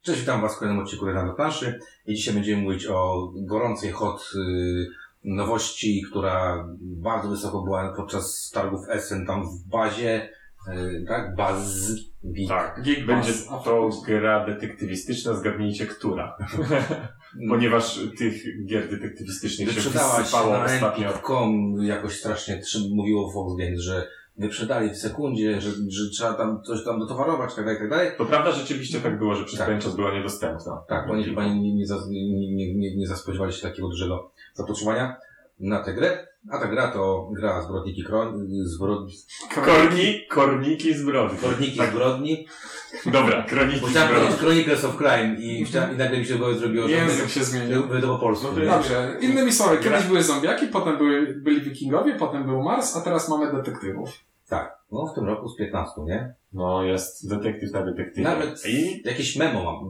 Cześć, witam Was w kolejnym odcinku Redam do planszy i dzisiaj będziemy mówić o gorącej nowości, która bardzo wysoko była podczas targów Essen tam w bazie, tak? Geek. Tak, Geek będzie to gra detektywistyczna, zgadnijcie która. Ponieważ tych gier detektywistycznych się wysypało ostatnio. Jakoś strasznie mówiło Volkswagen, że wyprzedali w sekundzie, że trzeba tam coś tam dotowarować, tak dalej. To prawda, rzeczywiście tak było, że przez pewien czas była niedostępna. Tak, oni chyba nie zaspodziewali się takiego dużego zapotrzebowania na tę grę. A ta gra to gra Zbrodniki Korniki zbrodni. Korniki zbrodni. Dobra, Kroniki zbrodni. Chciałem powiedzieć Chronicles of Crime i nagle mi się zrobiło, że język się zmienił. To po polsku. No dobrze, innymi słowy, kiedyś były zombiaki, potem byli wikingowie, potem był Mars, a teraz mamy detektywów. Tak, no w tym roku z 15, nie? No jest detektyw na detektywie. Nawet jakieś memo mam.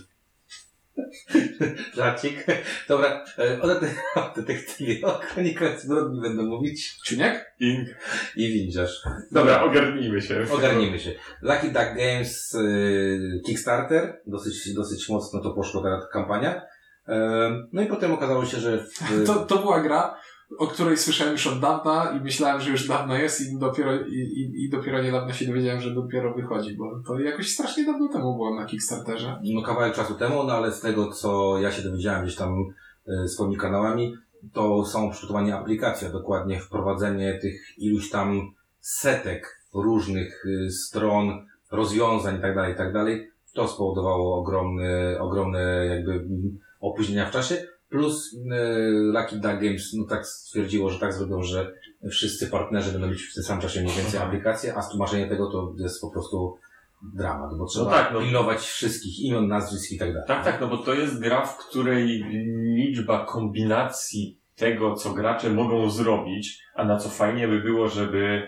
Żarcik. Dobra, o detektywie, o Chronicles zbrodni będę mówić. Czyniek? I windziarz. Dobra, ogarnijmy się. Lucky Duck Games Kickstarter. Dosyć mocno to poszło ta kampania. No i potem okazało się, że... To była gra, o której słyszałem już od dawna i myślałem, że już dawno jest i dopiero niedawno się dowiedziałem, że dopiero wychodzi, bo to jakoś strasznie dawno temu było na Kickstarterze. No kawałek czasu temu, no ale z tego, co ja się dowiedziałem gdzieś tam swoimi kanałami, to są przygotowanie aplikacji, a dokładnie wprowadzenie tych iluś tam setek różnych stron, rozwiązań itd. To spowodowało ogromne jakby opóźnienia w czasie. Plus Lucky Duck Games tak stwierdziło, że tak zrobią, że wszyscy partnerzy będą mieć w tym samym czasie mniej więcej aplikacje, a tłumaczenie tego to jest po prostu dramat, bo trzeba pilnować wszystkich imion, nazwisk i tak dalej. Tak, no bo to jest gra, w której liczba kombinacji tego, co gracze mogą zrobić, a na co fajnie by było, żeby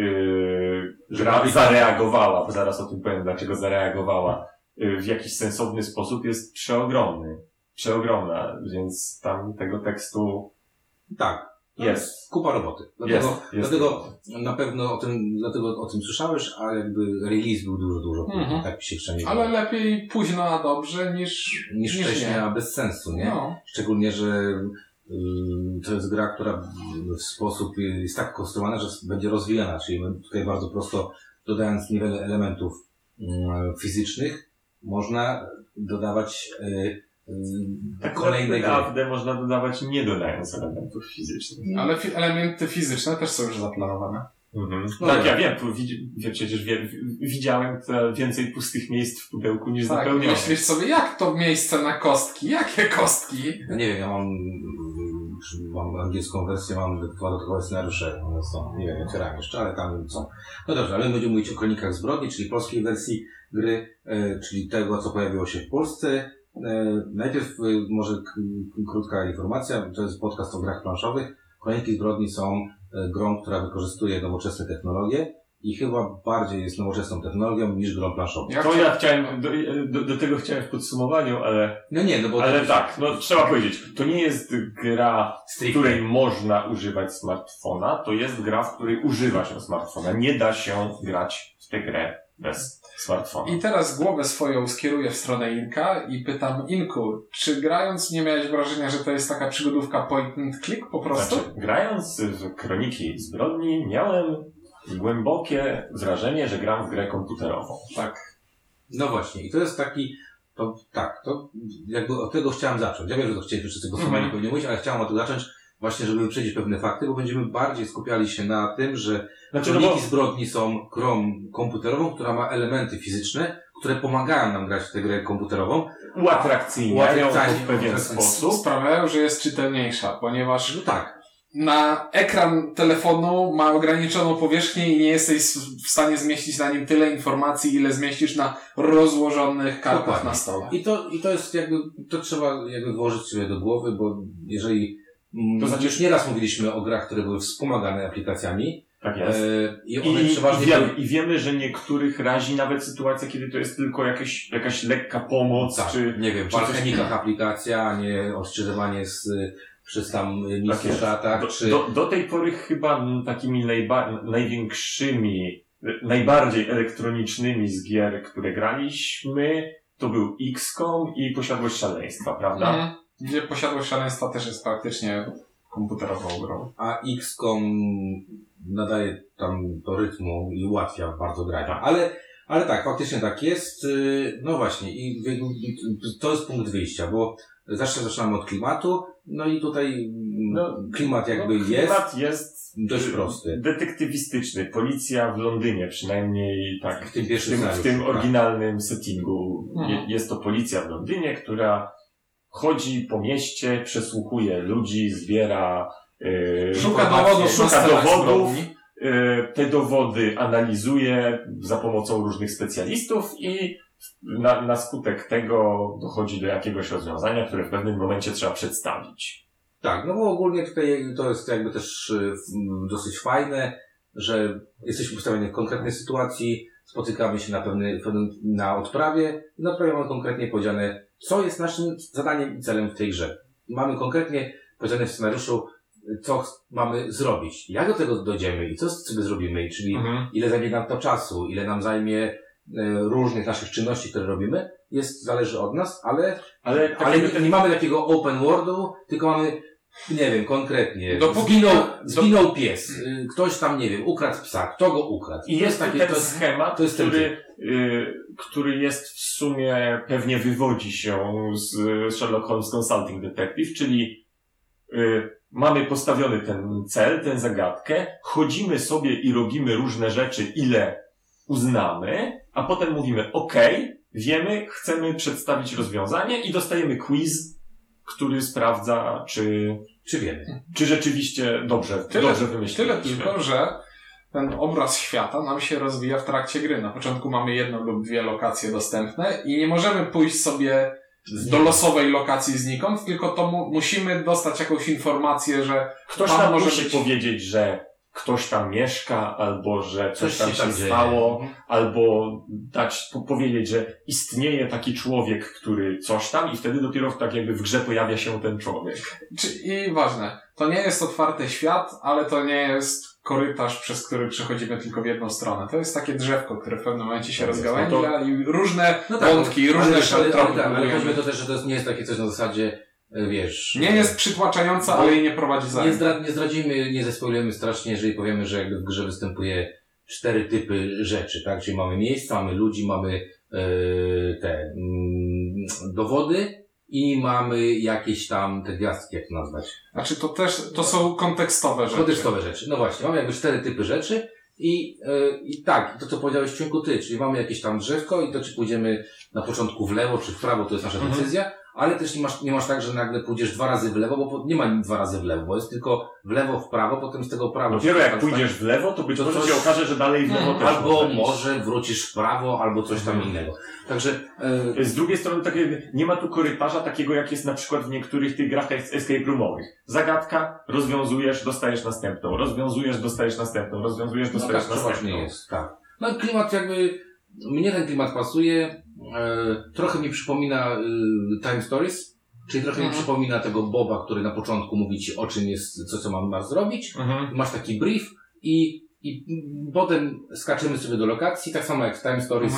gra zareagowała, bo zaraz o tym powiem, dlaczego zareagowała w jakiś sensowny sposób, jest przeogromna, więc tam tego tekstu jest. Kupa roboty. Dlatego na pewno o tym słyszałeś, a jakby release był dużo później, tak mi się przynajmniej ale lepiej późno a dobrze niż wcześniej, a bez sensu, nie? No. Szczególnie, że to jest gra, która w sposób jest tak konstruowana, że będzie rozwijana, czyli my tutaj bardzo prosto, dodając niewiele elementów fizycznych, można dodawać kolejne naprawdę można dodawać nie dodając elementów fizycznych. Ale elementy fizyczne też są już zaplanowane. Mhm. No tak, ja wiem, przecież widziałem więcej pustych miejsc w pudełku niż zapełnionych. Myślisz sobie, jak to miejsce na kostki? Jakie kostki? No nie wiem, ja mam angielską wersję, mam dodatkowe scenariusze, one są, nie wiem, otwierałem jeszcze, ale tam są. No dobrze, ale my będziemy mówić o Kronikach Zbrodni, czyli polskiej wersji gry, czyli tego, co pojawiło się w Polsce. Najpierw może krótka informacja, to jest podcast o grach planszowych. Kroniki Zbrodni są grą, która wykorzystuje nowoczesne technologie i chyba bardziej jest nowoczesną technologią niż grą planszową. To ja chciałem, do tego chciałem w podsumowaniu, ale... Ale tak, trzeba powiedzieć, to nie jest gra, w której można używać smartfona, to jest gra, w której używa się smartfona. Nie da się grać w tę grę bez smartfona. I teraz głowę swoją skieruję w stronę Inka i pytam, Inku, czy grając nie miałeś wrażenia, że to jest taka przygodówka point and click po prostu? Znaczy, grając w Kroniki Zbrodni miałem głębokie wrażenie, że gram w grę komputerową. Tak. No właśnie, i to jest taki, to jakby od tego chciałem zacząć. Ja wiem, że to chcieliśmy wszyscy głosowali pewnie mówić, ale chciałem od tego zacząć właśnie, żeby wyprzedzić pewne fakty, bo będziemy bardziej skupiali się na tym, że Kroniki Zbrodni są grą komputerową, która ma elementy fizyczne, które pomagają nam grać w tę grę komputerową. Uatrakcyjniają w pewien sposób. Sprawiają, że jest czytelniejsza, ponieważ na ekran telefonu ma ograniczoną powierzchnię i nie jesteś w stanie zmieścić na nim tyle informacji, ile zmieścisz na rozłożonych kartach na stole. I to jest jakby, to trzeba jakby włożyć sobie do głowy, bo jeżeli już nieraz mówiliśmy o grach, które były wspomagane aplikacjami. Tak jest. I wiemy, że niektórych razi nawet sytuacja, kiedy to jest tylko jakaś lekka pomoc. Tak, czy nie wiem, w Alchemikach aplikacja, a nie odczytywanie przez tam misję szatach. Do tej pory chyba takimi największymi, najbardziej elektronicznymi z gier, które graliśmy, to był XCOM i Posiadłość Szaleństwa, prawda? Gdzie Posiadłość Szaleństwa też jest praktycznie komputerową grą. A XCOM nadaje tam do rytmu i ułatwia bardzo granie. Tak. Ale tak, faktycznie tak jest. No właśnie, i to jest punkt wyjścia, bo zaczynamy od klimatu, no i tutaj klimat klimat jest dość prosty. Detektywistyczny. Policja w Londynie, przynajmniej tak. W tym oryginalnym settingu. Jest to policja w Londynie, która chodzi po mieście, przesłuchuje ludzi, zbiera szuka dowodów, te dowody analizuje za pomocą różnych specjalistów i na skutek tego dochodzi do jakiegoś rozwiązania, które w pewnym momencie trzeba przedstawić. Tak, no bo ogólnie tutaj to jest jakby też dosyć fajne, że jesteśmy ustawieni w konkretnej sytuacji, spotykamy się na odprawie i na odprawie mamy konkretnie powiedziane, co jest naszym zadaniem i celem w tej grze. Mamy konkretnie powiedziane w scenariuszu, co mamy zrobić, jak do tego dojdziemy i co sobie zrobimy, czyli ile zajmie nam to czasu, ile nam zajmie różnych naszych czynności, które robimy, zależy od nas, ale nie mamy takiego open worldu, tylko mamy, nie wiem, konkretnie, zginął pies, ktoś tam, nie wiem, ukradł psa, kto go ukradł. I jest taki ten schemat, który jest w sumie, pewnie wywodzi się z Sherlock Holmes Consulting Detective, czyli mamy postawiony ten cel, tę zagadkę, chodzimy sobie i robimy różne rzeczy, ile uznamy, a potem mówimy, wiemy, chcemy przedstawić rozwiązanie i dostajemy quiz, który sprawdza, czy wiemy. Czy rzeczywiście dobrze wymyśliliśmy. Tyle tylko, że ten obraz świata nam się rozwija w trakcie gry. Na początku mamy 1 lub 2 lokacje dostępne i nie możemy pójść sobie do losowej lokacji znikąd, tylko to musimy dostać jakąś informację, że ktoś tam musi powiedzieć, że ktoś tam mieszka, albo że coś tam się stało, albo powiedzieć, że istnieje taki człowiek, który coś tam i wtedy dopiero tak jakby w grze pojawia się ten człowiek. I ważne, to nie jest otwarty świat, ale to nie jest korytarz, przez który przechodzimy tylko w jedną stronę. To jest takie drzewko, które w pewnym momencie się rozgałęzia i różne wątki, różne szaltropy. Ale chodzi to też, że to nie jest takie coś na zasadzie, wiesz... Nie jest przytłaczająca, ale jej nie prowadzi za nie zdradzimy, nie zespoilujemy strasznie, jeżeli powiemy, że jakby w grze występuje 4 typy rzeczy, tak? Czyli mamy miejsca, mamy ludzi, mamy dowody i mamy jakieś tam te gwiazdki, jak to nazwać. Znaczy to są kontekstowe rzeczy. Kontekstowe rzeczy. No właśnie, mamy jakby 4 typy rzeczy i tak, to co powiedziałeś Ciunku ty, czyli mamy jakieś tam drzewko i to czy pójdziemy na początku w lewo czy w prawo, to jest nasza decyzja, ale też nie masz tak, że nagle pójdziesz 2 razy w lewo, bo nie ma 2 razy w lewo, bo jest tylko w lewo, w prawo, potem z tego prawo. Dopiero jak pójdziesz w lewo, to być może się okaże, że dalej w lewo też. Albo może wrócisz w prawo, albo coś tam innego. Także z drugiej strony nie ma tu korytarza takiego, jak jest na przykład w niektórych tych grach escape roomowych. Zagadka, rozwiązujesz, dostajesz następną, rozwiązujesz, dostajesz następną, rozwiązujesz, dostajesz następną. Właśnie jest, tak. No i klimat mnie ten klimat pasuje, trochę mi przypomina Time Stories, czyli trochę mi przypomina tego Boba, który na początku mówi ci, o czym jest, co masz zrobić. Masz taki brief i potem skaczemy sobie do lokacji, tak samo jak w Time Stories.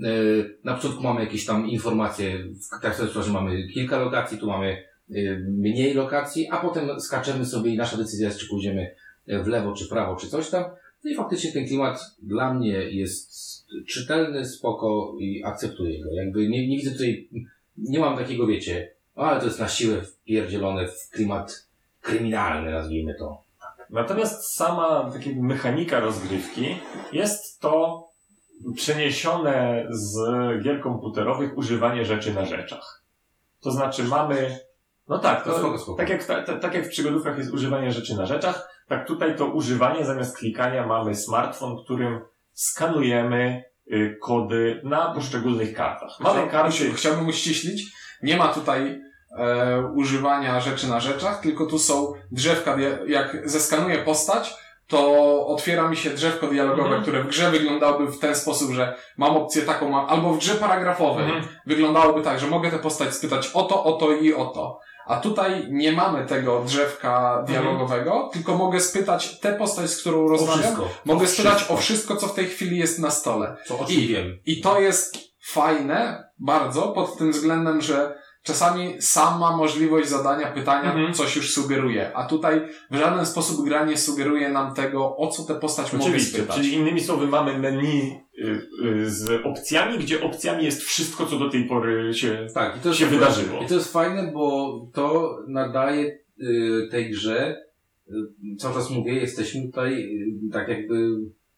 Na początku mamy jakieś tam informacje, w Time Stories mamy kilka lokacji, tu mamy mniej lokacji, a potem skaczemy sobie i nasza decyzja jest, czy pójdziemy w lewo, czy prawo, czy coś tam. No i faktycznie ten klimat dla mnie jest czytelny, spoko i akceptuję go. Jakby nie widzę tutaj, nie mam takiego, wiecie, ale to jest na siłę wpierdzielone w klimat kryminalny, nazwijmy to. Natomiast sama taka mechanika rozgrywki jest to przeniesione z gier komputerowych używanie rzeczy na rzeczach. To znaczy mamy, spoko. Tak jak w przygodówkach jest używanie rzeczy na rzeczach, tak tutaj to używanie zamiast klikania mamy smartfon, którym skanujemy kody na poszczególnych kartach. Mamy karty. Chciałbym uściślić, nie ma tutaj używania rzeczy na rzeczach, tylko tu są drzewka, jak zeskanuję postać, to otwiera mi się drzewko dialogowe, które w grze wyglądałoby w ten sposób, że mam opcję taką, albo w grze paragrafowej wyglądałoby tak, że mogę tę postać spytać o to i o to. A tutaj nie mamy tego drzewka dialogowego, tylko mogę spytać tę postać, z którą rozmawiam, mogę spytać o wszystko, co w tej chwili jest na stole. Wiem. I to jest fajne bardzo pod tym względem, że czasami sama możliwość zadania pytania coś już sugeruje, a tutaj w żaden sposób gra nie sugeruje nam tego, o co tę postać mogę spytać. Czyli innymi słowy mamy menu z opcjami, gdzie opcjami jest wszystko, co do tej pory się wydarzyło. I to jest fajne, bo to nadaje tej grze, cały czas mówię, jesteśmy tutaj tak jakby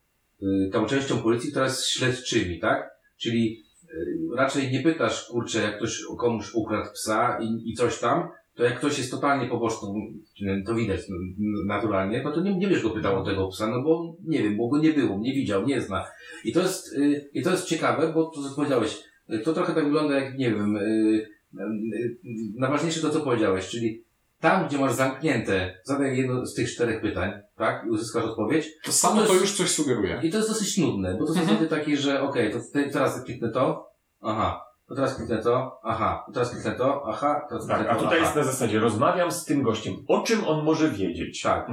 tą częścią policji, która jest śledczymi, tak? Czyli raczej nie pytasz, kurczę, jak ktoś komuś ukradł psa i coś tam, to jak ktoś jest totalnie poboczną, to widać naturalnie, no to nie będziesz go pytał o tego psa, no bo nie wiem, bo go nie było, nie widział, nie zna. I to jest ciekawe, bo to co powiedziałeś, to trochę tak wygląda jak, nie wiem, najważniejsze to co powiedziałeś, czyli tam, gdzie masz zamknięte, zadaj jedno z tych 4 pytań, tak, i uzyskasz odpowiedź. To samo to już coś sugeruje. I to jest dosyć nudne, bo to są wtedy takie, że okej, to teraz kliknę to, aha, to teraz kliknę to, aha, to teraz kliknę to, aha, teraz kliknę to, a tutaj aha. jest na zasadzie, rozmawiam z tym gościem, o czym on może wiedzieć. Tak.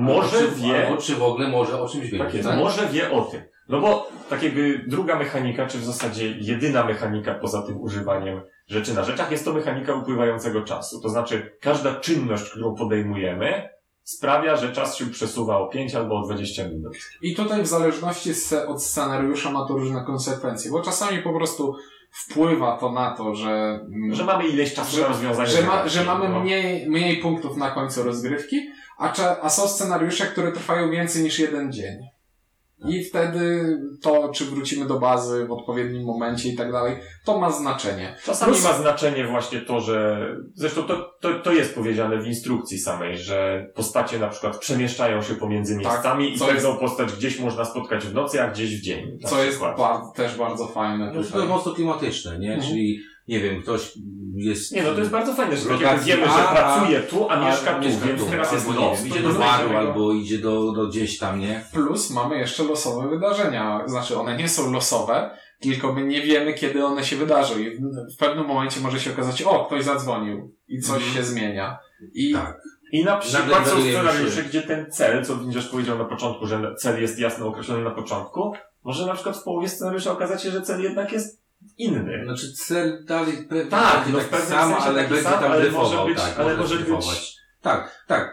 Czy w ogóle może o czymś wiedzieć. Tak jest, tak? może wie o tym. No bo tak jakby druga mechanika, czy w zasadzie jedyna mechanika poza tym używaniem rzeczy na rzeczach, jest to mechanika upływającego czasu. To znaczy każda czynność, którą podejmujemy, sprawia, że czas się przesuwa o 5 albo o 20 minut. I tutaj w zależności od scenariusza ma to różne konsekwencje, bo czasami po prostu wpływa to na to, że mamy ileś czasu na rozwiązanie. Że mamy mniej punktów na końcu rozgrywki, a są scenariusze, które trwają więcej niż 1 dzień. I wtedy to, czy wrócimy do bazy w odpowiednim momencie i tak dalej, to ma znaczenie. Czasami ma znaczenie właśnie to, że zresztą to jest powiedziane w instrukcji samej, że postacie na przykład przemieszczają się pomiędzy miejscami i pewną postać gdzieś można spotkać w nocy, a gdzieś w dzień. Co jest też bardzo fajne. No, to jest mocno klimatyczne, nie? Czyli, nie wiem, ktoś jest... Nie, no to jest bardzo fajne, że wiemy, że pracuje tu, a mieszka tu, więc teraz jest noc. Idzie do baru albo idzie do gdzieś tam, nie? Plus mamy jeszcze losowe wydarzenia. Znaczy one nie są losowe, tylko my nie wiemy, kiedy one się wydarzą. I w pewnym momencie może się okazać, ktoś zadzwonił i coś się zmienia. Tak. I na przykład są scenariusze, gdzie ten cel, co Windziarz powiedział na początku, że cel jest jasno określony na początku, może na przykład w połowie scenariusza okazać się, że cel jednak jest inny. Znaczy cel dalej będzie tak sam, ale będzie tam gryfował. Ale może być. Tak.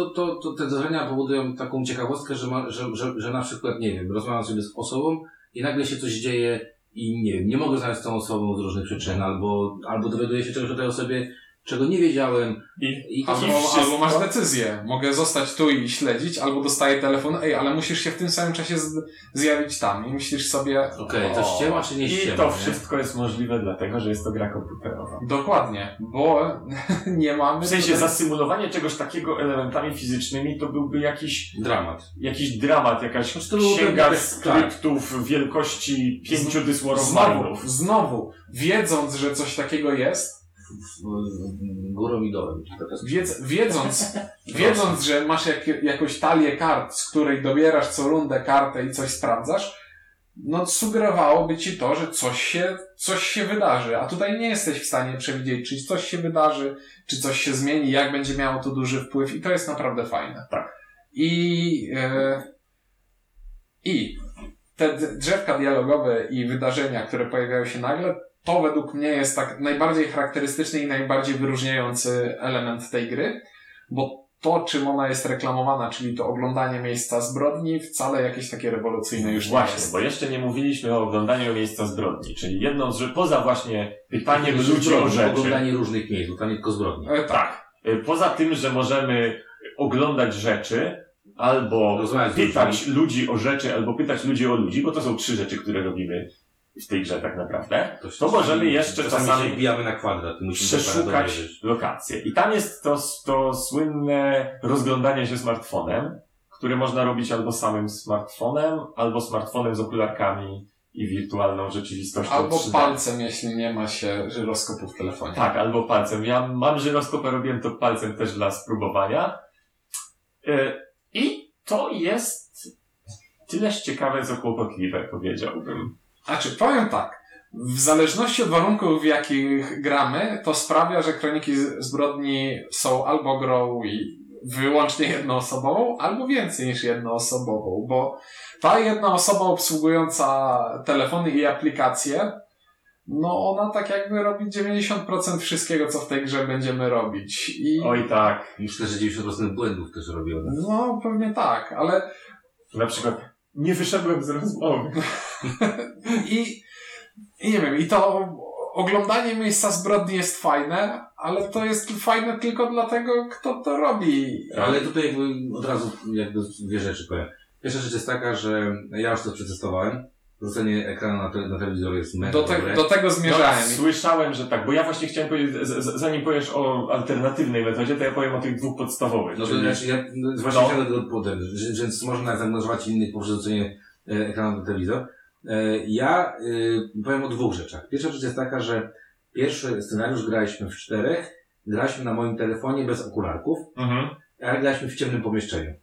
To te zdarzenia powodują taką ciekawostkę, że na przykład, nie wiem, rozmawiam sobie z osobą i nagle się coś dzieje i nie wiem, nie mogę znaleźć z tą osobą z różnych przyczyn, albo dowiaduję się czegoś o tej osobie, czego nie wiedziałem. Albo masz decyzję. Mogę zostać tu i śledzić, albo dostaję telefon, ale musisz się w tym samym czasie zjawić tam. I myślisz sobie... to ściema czy nie ściema? I to wszystko jest możliwe dlatego, że jest to gra komputerowa. Dokładnie, bo nie mamy... W sensie zasymulowanie czegoś takiego elementami fizycznymi to byłby jakiś dramat, jakaś księga skryptów wielkości 5 dysworowmanów. Znowu, wiedząc, że coś takiego jest, górą i dołem. Wiedząc, że masz jakąś talię kart, z której dobierasz co rundę kartę i coś sprawdzasz, no sugerowałoby ci to, że coś się wydarzy, a tutaj nie jesteś w stanie przewidzieć, czy coś się wydarzy, czy coś się zmieni, jak będzie miało to duży wpływ i to jest naprawdę fajne. Tak. I te drzewka dialogowe i wydarzenia, które pojawiają się nagle, to według mnie jest tak najbardziej charakterystyczny i najbardziej wyróżniający element tej gry, bo to, czym ona jest reklamowana, czyli to oglądanie miejsca zbrodni, wcale jakieś takie rewolucyjne już nie jest. Właśnie, bo jeszcze nie mówiliśmy o oglądaniu miejsca zbrodni, czyli jedną z poza właśnie pytaniem ludzi o rzeczy. Oglądanie różnych miejsc, tam nie tylko zbrodni. Tak. Poza tym, że możemy oglądać rzeczy, albo pytać ludzi o rzeczy, albo pytać ludzi o ludzi, bo to są 3 rzeczy, które robimy w tej grze tak naprawdę, to możemy jeszcze czasami wbijamy na kwadrat. Przeszukać lokacje. I tam jest to słynne rozglądanie się smartfonem, które można robić albo samym smartfonem, albo smartfonem z okularkami i wirtualną rzeczywistością. Albo 3D. palcem, jeśli nie ma się żyroskopu w telefonie. Tak, albo palcem. Ja mam żyroskop, robiłem to palcem też dla spróbowania. I to jest tyleż ciekawe, co kłopotliwe, powiedziałbym. Powiem tak, w zależności od warunków, w jakich gramy, to sprawia, że Kroniki Zbrodni są albo grą wyłącznie jednoosobową, albo więcej niż jednoosobową, bo ta jedna osoba obsługująca telefony i aplikacje no ona tak jakby robi 90% wszystkiego, co w tej grze będziemy robić. Oj tak. Myślę, że 90% błędów też robi ona. No pewnie tak, ale... Na przykład nie wyszedłem z rozmowy. I nie wiem, i to oglądanie miejsca zbrodni jest fajne, ale to jest fajne tylko dlatego, kto to robi. Ale tutaj jakby od razu jakby dwie rzeczy powiem. Pierwsza rzecz jest taka, że ja już to przetestowałem. Wrzucenie ekranu na telewizor jest mega dobre. Do tego zmierzałem. No, słyszałem, że tak, bo ja właśnie chciałem powiedzieć, zanim powiesz o alternatywnej metodzie, to ja powiem o tych dwóch podstawowych. No to znaczy, ja właśnie chciałem do tego podejść, więc można zaangażować innych poprzez wrzucenie ekranu na telewizor. Ja powiem o dwóch rzeczach. Pierwsza rzecz jest taka, że pierwszy scenariusz graliśmy w 4, graliśmy na moim telefonie bez okularków, a graliśmy w ciemnym pomieszczeniu.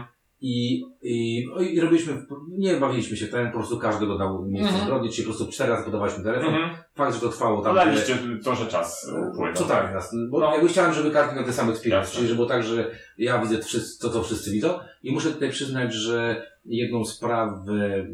I robiliśmy, nie bawiliśmy się w ten, po prostu każdy go dał miejsce zbrodni, czyli po prostu 4 razy podawaliśmy telefon. Fakt, że to trwało tam... Daliście to, że czas upłynął. Totalnie nas, bo jakby chciałem, żeby karty miały ten sam experience, czyli żeby było tak, że ja widzę to, co wszyscy widzą i muszę tutaj przyznać, że jedną sprawę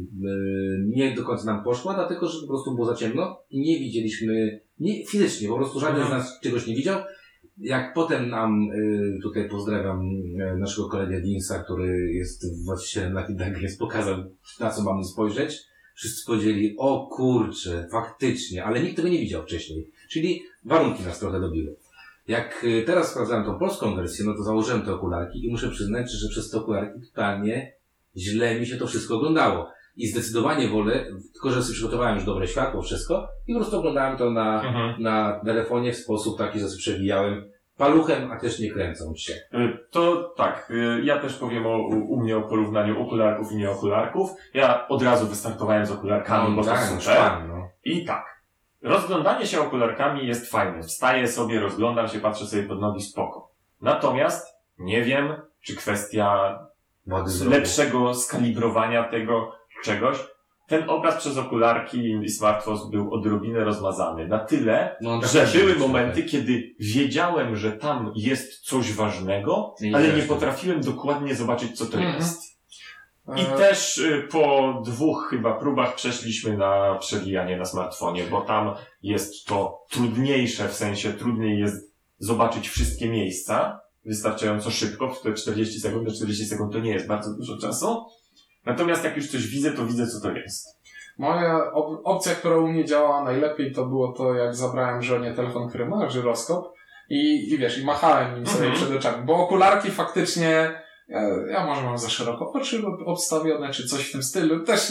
nie do końca nam poszła, dlatego, że po prostu było za ciemno i nie widzieliśmy, fizycznie, po prostu żaden z nas czegoś nie widział. Jak potem nam, tutaj pozdrawiam naszego kolegę Dinsa, który jest właścicielem Lucky Duck, jest pokazał, na co mamy spojrzeć. Wszyscy powiedzieli, o kurczę, faktycznie, ale nikt tego nie widział wcześniej. Czyli warunki nas trochę dobiły. Jak teraz sprawdzałem tą polską wersję, no to założyłem te okularki i muszę przyznać, że przez te okularki totalnie źle mi się to wszystko oglądało. I zdecydowanie wolę, tylko że sobie przygotowałem już dobre światło, wszystko i po prostu oglądałem to na telefonie w sposób taki, że sobie przewijałem paluchem, a też nie kręcąc się. To tak, ja też powiem u mnie o porównaniu okularków i nieokularków. Ja od razu wystartowałem z okularkami, bo to super. I tak, rozglądanie się okularkami jest fajne. Wstaję sobie, rozglądam się, patrzę sobie pod nogi, spoko. Natomiast nie wiem, czy kwestia lepszego skalibrowania tego czegoś. Ten obraz przez okularki i smartfon był odrobinę rozmazany. Na tyle, że były momenty, kiedy wiedziałem, że tam jest coś ważnego, ale nie potrafiłem dokładnie zobaczyć, co to jest. I też po 2 chyba próbach przeszliśmy na przewijanie na smartfonie, bo tam jest to trudniejsze, w sensie trudniej jest zobaczyć wszystkie miejsca wystarczająco szybko, w te 40 sekund, do 40 sekund to nie jest bardzo dużo czasu. Natomiast jak już coś widzę, to widzę, co to jest. Moja opcja, która u mnie działała najlepiej, to było to, jak zabrałem żonie telefon, który ma żyroskop i wiesz, i machałem nim sobie przed oczami, bo okularki faktycznie, ja może mam za szeroko oczy obstawione, czy coś w tym stylu, też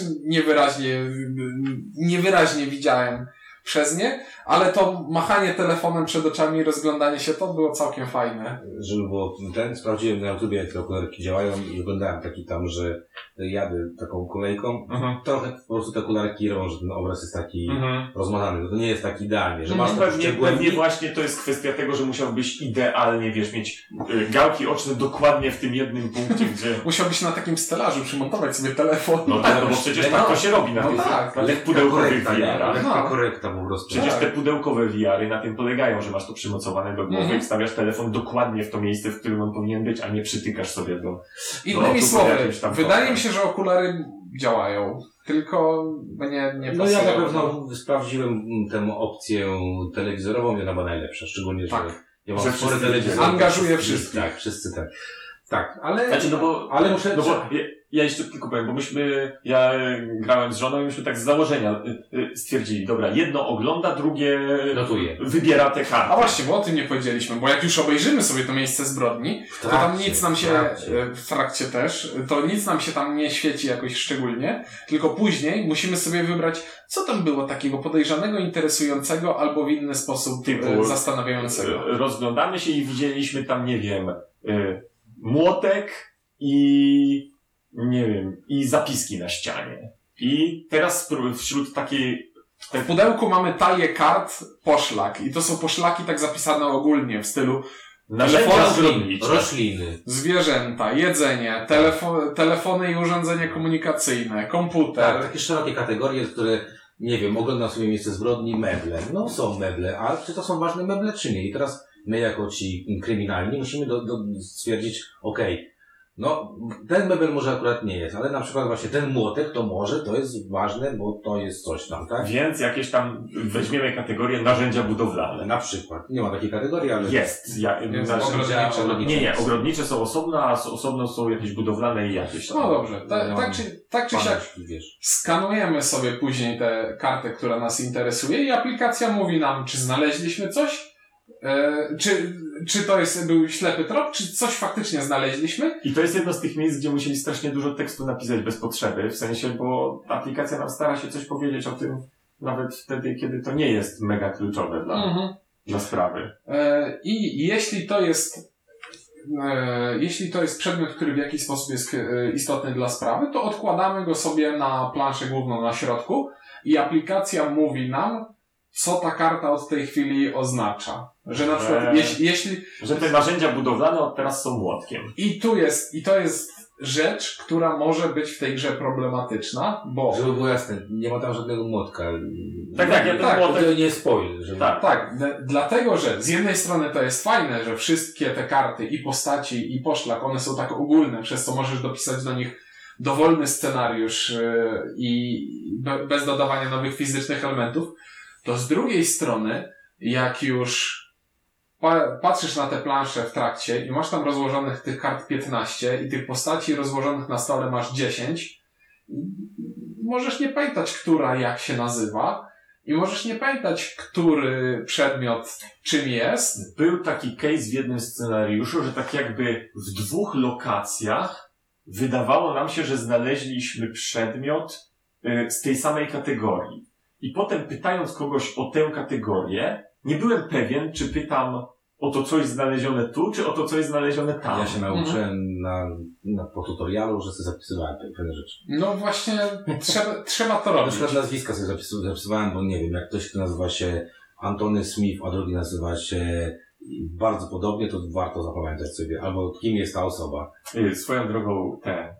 niewyraźnie widziałem przez nie, ale to machanie telefonem przed oczami i rozglądanie się, to było całkiem fajne. Żeby było sprawdziłem na YouTubie, jak te okularki działają i oglądałem taki tam, że jadę taką kolejką. Trochę po prostu te okularki robią, że ten obraz jest taki rozmazany. To nie jest tak idealnie, że masz pewnie właśnie to jest kwestia tego, że musiałbyś idealnie, wiesz, mieć gałki oczne dokładnie w tym jednym punkcie, gdzie... Musiałbyś na takim stelażu przymontować sobie telefon. No tak, no bo przecież tak to się robi na tych pudełkowych VR-ach. Lekka korekta po prostu. Przecież te pudełkowe VR-y na tym polegają, że masz to przymocowane do głowy i wstawiasz telefon dokładnie w to miejsce, w którym on powinien być, a nie przytykasz sobie do... Innymi słowy, wydaje mi się, że okulary działają, tylko nie no ja na pewno sprawdziłem tę opcję telewizorową i ona była najlepsza, szczególnie, że ja mam spory telewizor. Angażuje wszystkich. Tak, wszyscy tak. Tak, ale... Znaczy, ale muszę... No bo ja jeszcze tylko powiem, bo ja grałem z żoną i myśmy tak z założenia stwierdzili, dobra, jedno ogląda, drugie notuje. Wybiera te karty. A właśnie, bo o tym nie powiedzieliśmy, bo jak już obejrzymy sobie to miejsce zbrodni, to tam nic nam się, w trakcie też, to nic nam się tam nie świeci jakoś szczególnie, tylko później musimy sobie wybrać, co tam było takiego podejrzanego, interesującego albo w inny sposób zastanawiającego. Rozglądamy się i widzieliśmy tam, nie wiem, młotek i nie wiem, i zapiski na ścianie. I teraz wśród takiej... W pudełku mamy talię kart poszlak i to są poszlaki tak zapisane ogólnie w stylu rośliny, zwierzęta, jedzenie, telefony i urządzenia komunikacyjne, komputer. Tak, takie szerokie kategorie, które, nie wiem, oglądam sobie miejsce zbrodni, meble. No są meble, a czy to są ważne meble, czy nie? I teraz my jako ci kryminalni musimy stwierdzić, okej, No, ten mebel może akurat nie jest, ale na przykład właśnie ten młotek to może, to jest ważne, bo to jest coś tam, tak? Więc jakieś tam weźmiemy kategorię narzędzia budowlane. Na przykład. Nie ma takiej kategorii, ale... Jest. Nie, ogrodnicze są osobno, a osobno są jakieś budowlane i jakieś tam. No dobrze, tak czy siak wiesz. skanujemy sobie później tę kartę, która nas interesuje i aplikacja mówi nam, czy znaleźliśmy coś, czy to był ślepy trop, czy coś faktycznie znaleźliśmy. I to jest jedno z tych miejsc, gdzie musieli strasznie dużo tekstu napisać bez potrzeby, w sensie, bo aplikacja nam stara się coś powiedzieć o tym nawet wtedy, kiedy to nie jest mega kluczowe dla sprawy. I jeśli to jest przedmiot, który w jakiś sposób jest istotny dla sprawy, to odkładamy go sobie na planszę główną na środku i aplikacja mówi nam, co ta karta od tej chwili oznacza. Że na przykład, że te narzędzia budowlane od teraz są młotkiem. I to jest rzecz, która może być w tej grze problematyczna, bo... Żeby było jasne, nie ma tam żadnego młotka. Młotek... To nie spoil. Żeby... Tak, dlatego, że z jednej strony to jest fajne, że wszystkie te karty i postaci i poszlak, one są tak ogólne, przez co możesz dopisać do nich dowolny scenariusz i bez dodawania nowych fizycznych elementów, to z drugiej strony, jak już patrzysz na te plansze w trakcie i masz tam rozłożonych tych kart 15 i tych postaci rozłożonych na stole masz 10, możesz nie pamiętać, która jak się nazywa i możesz nie pamiętać, który przedmiot czym jest. Był taki case w jednym scenariuszu, że tak jakby w 2 lokacjach wydawało nam się, że znaleźliśmy przedmiot z tej samej kategorii. I potem pytając kogoś o tę kategorię, nie byłem pewien, czy pytam o to coś znalezione tu, czy o to coś znalezione tam. Ja się nauczyłem po tutorialu, że sobie zapisywałem pewne rzeczy. No właśnie, trzeba to robić. Na przykład nazwiska sobie zapisywałem, bo nie wiem, jak ktoś, kto nazywa się Antony Smith, a drugi nazywa się bardzo podobnie, to warto zapamiętać sobie. Albo kim jest ta osoba. Swoją drogą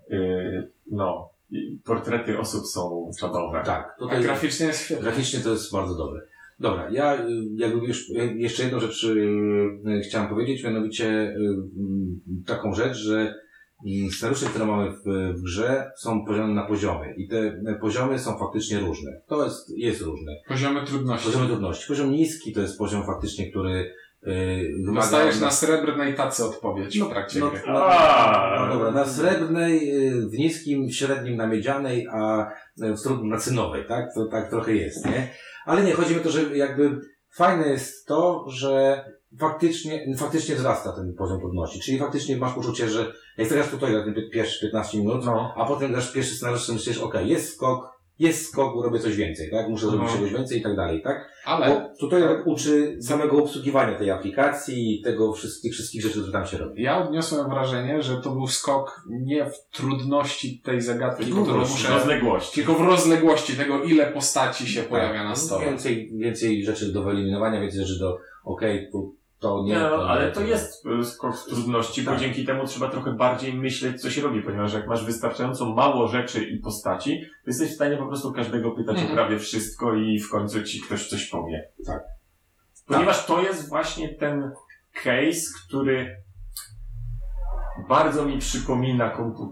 portrety osób są czadowe. Tak. A graficznie jest świetne. Graficznie to jest bardzo dobre. Dobra, ja jakby już jeszcze jedną rzecz chciałem powiedzieć, mianowicie taką rzecz, że scenariusze, które mamy w grze, są podzielone na poziomy i te poziomy są faktycznie różne. To jest różne. Poziomy trudności. Poziom niski to jest poziom faktycznie, który wymaga... Dostajesz na srebrnej tacy odpowiedź w trakcie gry. No dobra, na srebrnej, w niskim, w średnim na miedzianej, a w trudnym na cynowej, tak? To tak trochę jest, nie? Ale nie, chodzi mi o to, że jakby fajne jest to, że faktycznie wzrasta ten poziom trudności. Czyli faktycznie masz poczucie, że jak grasz tutaj na ten pierwszy 15 minut, a potem grasz pierwszy scenariusz, to myślisz, jest skok, robię coś więcej, tak? Muszę zrobić czegoś więcej i tak dalej, tak? Ale... Bo tutaj uczy samego obsługiwania tej aplikacji i tych wszystkich rzeczy, które tam się robi. Ja odniosłem wrażenie, że to był skok nie w trudności tej zagadki, tylko w rozległości tego, ile postaci się pojawia na stole. Więcej rzeczy do wyeliminowania, więcej rzeczy do to nie. Ale to jest skok w trudności, bo dzięki temu trzeba trochę bardziej myśleć, co się robi, ponieważ jak masz wystarczająco mało rzeczy i postaci, to jesteś w stanie po prostu każdego pytać o prawie wszystko i w końcu ci ktoś coś powie. Tak. Ponieważ to jest właśnie ten case, który bardzo mi przypomina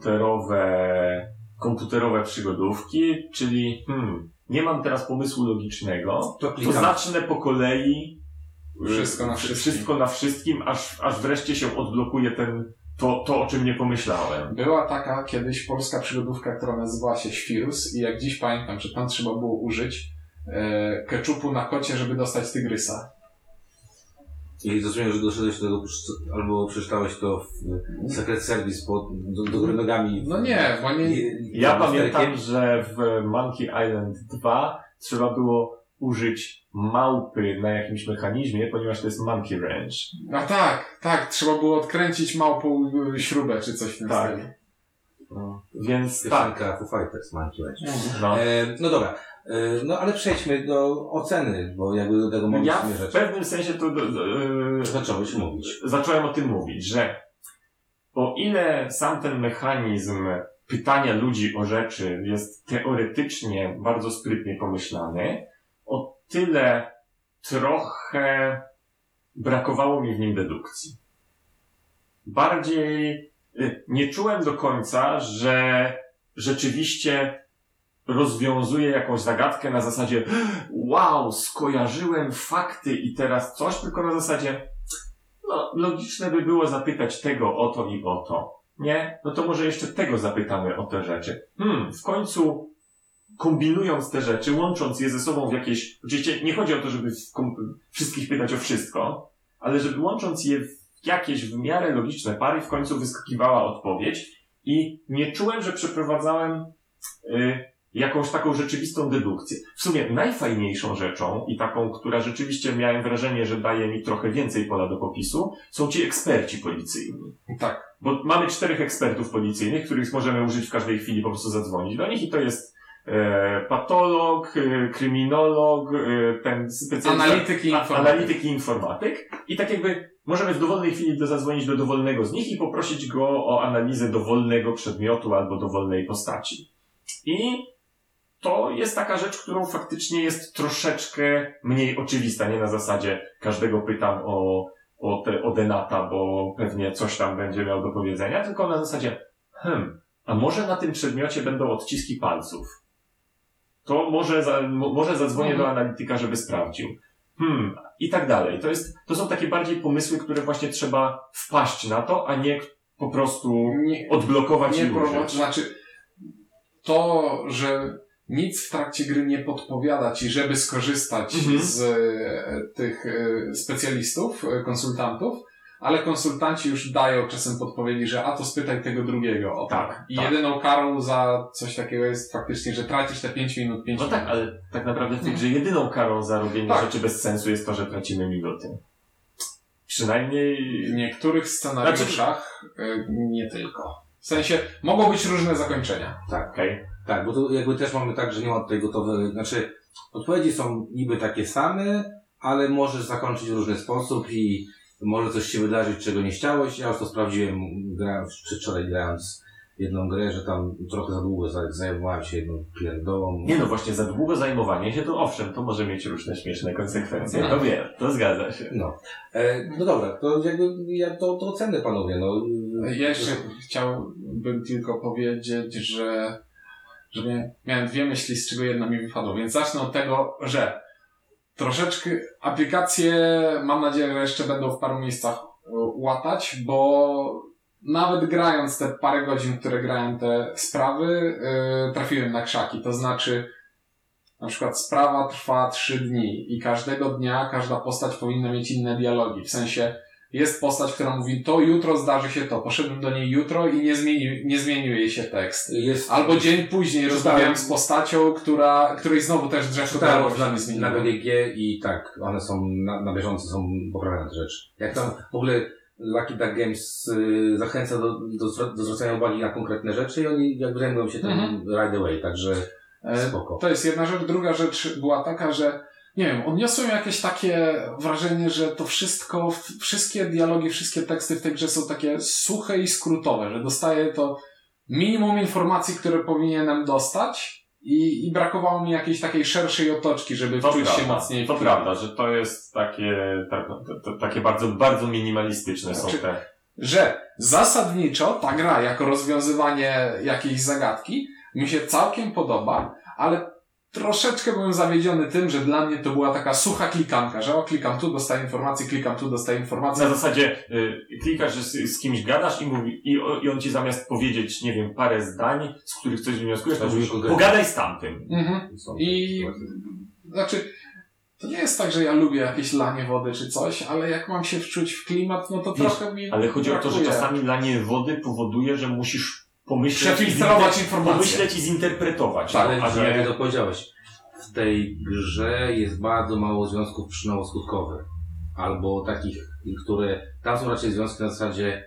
komputerowe przygodówki, czyli nie mam teraz pomysłu logicznego, to zacznę po kolei wszystko na wszystkim, aż wreszcie się odblokuje to, o czym nie pomyślałem. Była taka kiedyś polska przygodówka, która nazywała się Świrus i jak dziś pamiętam, że tam trzeba było użyć keczupu na kocie, żeby dostać tygrysa. I rozumiem, że doszedłeś do tego, albo przeczytałeś to w Secret Service do góry nogami. No nie, bo nie... Ja pamiętam, że w Monkey Island 2 trzeba było użyć małpy na jakimś mechanizmie, ponieważ to jest Monkey Wrench. A tak, trzeba było odkręcić małpą śrubę, czy coś w tym stylu. Więc piosenka Foo Fighters, Monkey Wrench. No dobra. No ale przejdźmy do oceny, bo jakby do tego mogę zmierzać. W pewnym sensie to zacząłeś mówić. Zacząłem o tym mówić, że o ile sam ten mechanizm pytania ludzi o rzeczy jest teoretycznie bardzo sprytnie pomyślany, o tyle trochę brakowało mi w nim dedukcji. Bardziej nie czułem do końca, że rzeczywiście rozwiązuje jakąś zagadkę na zasadzie wow, skojarzyłem fakty i teraz coś, tylko na zasadzie no, logiczne by było zapytać tego o to i o to. Nie? No to może jeszcze tego zapytamy o te rzeczy. W końcu kombinując te rzeczy, łącząc je ze sobą w jakieś... Oczywiście nie chodzi o to, żeby wszystkich pytać o wszystko, ale żeby łącząc je w jakieś w miarę logiczne pary, w końcu wyskakiwała odpowiedź i nie czułem, że przeprowadzałem jakąś taką rzeczywistą dedukcję. W sumie najfajniejszą rzeczą i taką, która rzeczywiście miałem wrażenie, że daje mi trochę więcej pola do popisu, są ci eksperci policyjni. Tak. Bo mamy 4 ekspertów policyjnych, których możemy użyć w każdej chwili, po prostu zadzwonić do nich i to jest patolog, kryminolog, ten specjalista... Analityk i informatyk. I tak jakby możemy w dowolnej chwili zadzwonić do dowolnego z nich i poprosić go o analizę dowolnego przedmiotu albo dowolnej postaci. I to jest taka rzecz, którą faktycznie jest troszeczkę mniej oczywista, nie na zasadzie każdego pytam o Denata, bo pewnie coś tam będzie miał do powiedzenia, tylko na zasadzie a może na tym przedmiocie będą odciski palców? To może zadzwonię do analityka, żeby sprawdził. I tak dalej. To są takie bardziej pomysły, które właśnie trzeba wpaść na to, a nie po prostu odblokować i użyć. Znaczy, to, że nic w trakcie gry nie podpowiada ci, żeby skorzystać z tych specjalistów, konsultantów, ale konsultanci już dają czasem podpowiedzi, że to spytaj tego drugiego o to. Tak. I jedyną karą za coś takiego jest faktycznie, że tracisz te 5 minut. No tak, ale tak naprawdę w tej grze jedyną karą za robienie rzeczy bez sensu jest to, że tracimy minuty. Przynajmniej... W niektórych scenariuszach nie tylko. W sensie, mogą być różne zakończenia. Tak. Okay. Tak, bo tu jakby też mamy tak, że nie ma tutaj gotowe, znaczy odpowiedzi są niby takie same, ale możesz zakończyć w różny sposób i może coś się wydarzyć, czego nie chciałeś. Ja już to sprawdziłem, przedwczoraj grając jedną grę, że tam trochę za długo zajmowałem się jedną pierdołą. Nie no, właśnie za długo zajmowanie się, to owszem, to może mieć różne śmieszne konsekwencje. To wiem, to zgadza się. No dobra, to jakby ja to ocenę, panowie. No. Ja jeszcze chciałbym tylko powiedzieć, że miałem 2 myśli, z czego jedna mi wypadła, więc zacznę od tego, że troszeczkę aplikacje, mam nadzieję, że jeszcze będą w paru miejscach łatać, bo nawet grając te parę godzin, które grałem te sprawy, trafiłem na krzaki. To znaczy, na przykład sprawa trwa 3 dni i każdego dnia każda postać powinna mieć inne dialogi. W sensie jest postać, która mówi, to jutro zdarzy się to. Poszedłem do niej jutro i nie zmienił jej się tekst. Albo dzień później rozmawiałem z postacią, której znowu też drzewko dialogu nie zmieniło. Na BGG i tak, one są na bieżąco, są poprawiane te rzeczy. Jak tam w ogóle Lucky Duck Games zachęca do zwracania uwagi na konkretne rzeczy i oni jakby zajmują się tym right away, także spoko. To jest jedna rzecz. Druga rzecz była taka, że nie wiem, odniosłem jakieś takie wrażenie, że to wszystkie dialogi, wszystkie teksty w tej grze są takie suche i skrótowe, że dostaję to minimum informacji, które powinienem dostać i brakowało mi jakiejś takiej szerszej otoczki, żeby wczuć się mocniej w to prawda, że to jest takie bardzo, bardzo minimalistyczne są te. Że zasadniczo ta gra jako rozwiązywanie jakiejś zagadki mi się całkiem podoba, ale troszeczkę byłem zawiedziony tym, że dla mnie to była taka sucha klikanka, że klikam tu, dostaję informację, klikam tu, dostaję informację. Na zasadzie klikasz, że z kimś gadasz i mówi i on ci zamiast powiedzieć, nie wiem, parę zdań, z których coś wnioskujesz, to mówisz, pogadaj z tamtym. I znaczy, to nie jest tak, że ja lubię jakieś lanie wody czy coś, ale jak mam się wczuć w klimat, no to trochę mi ale chodzi brakuje. O to, że czasami lanie wody powoduje, że musisz przefiltrować informacje. Pomyśleć i zinterpretować. Tak, ale jak to powiedziałeś, w tej grze jest bardzo mało związków przyczynowo-skutkowych. Albo takich, które, tam są raczej związki na zasadzie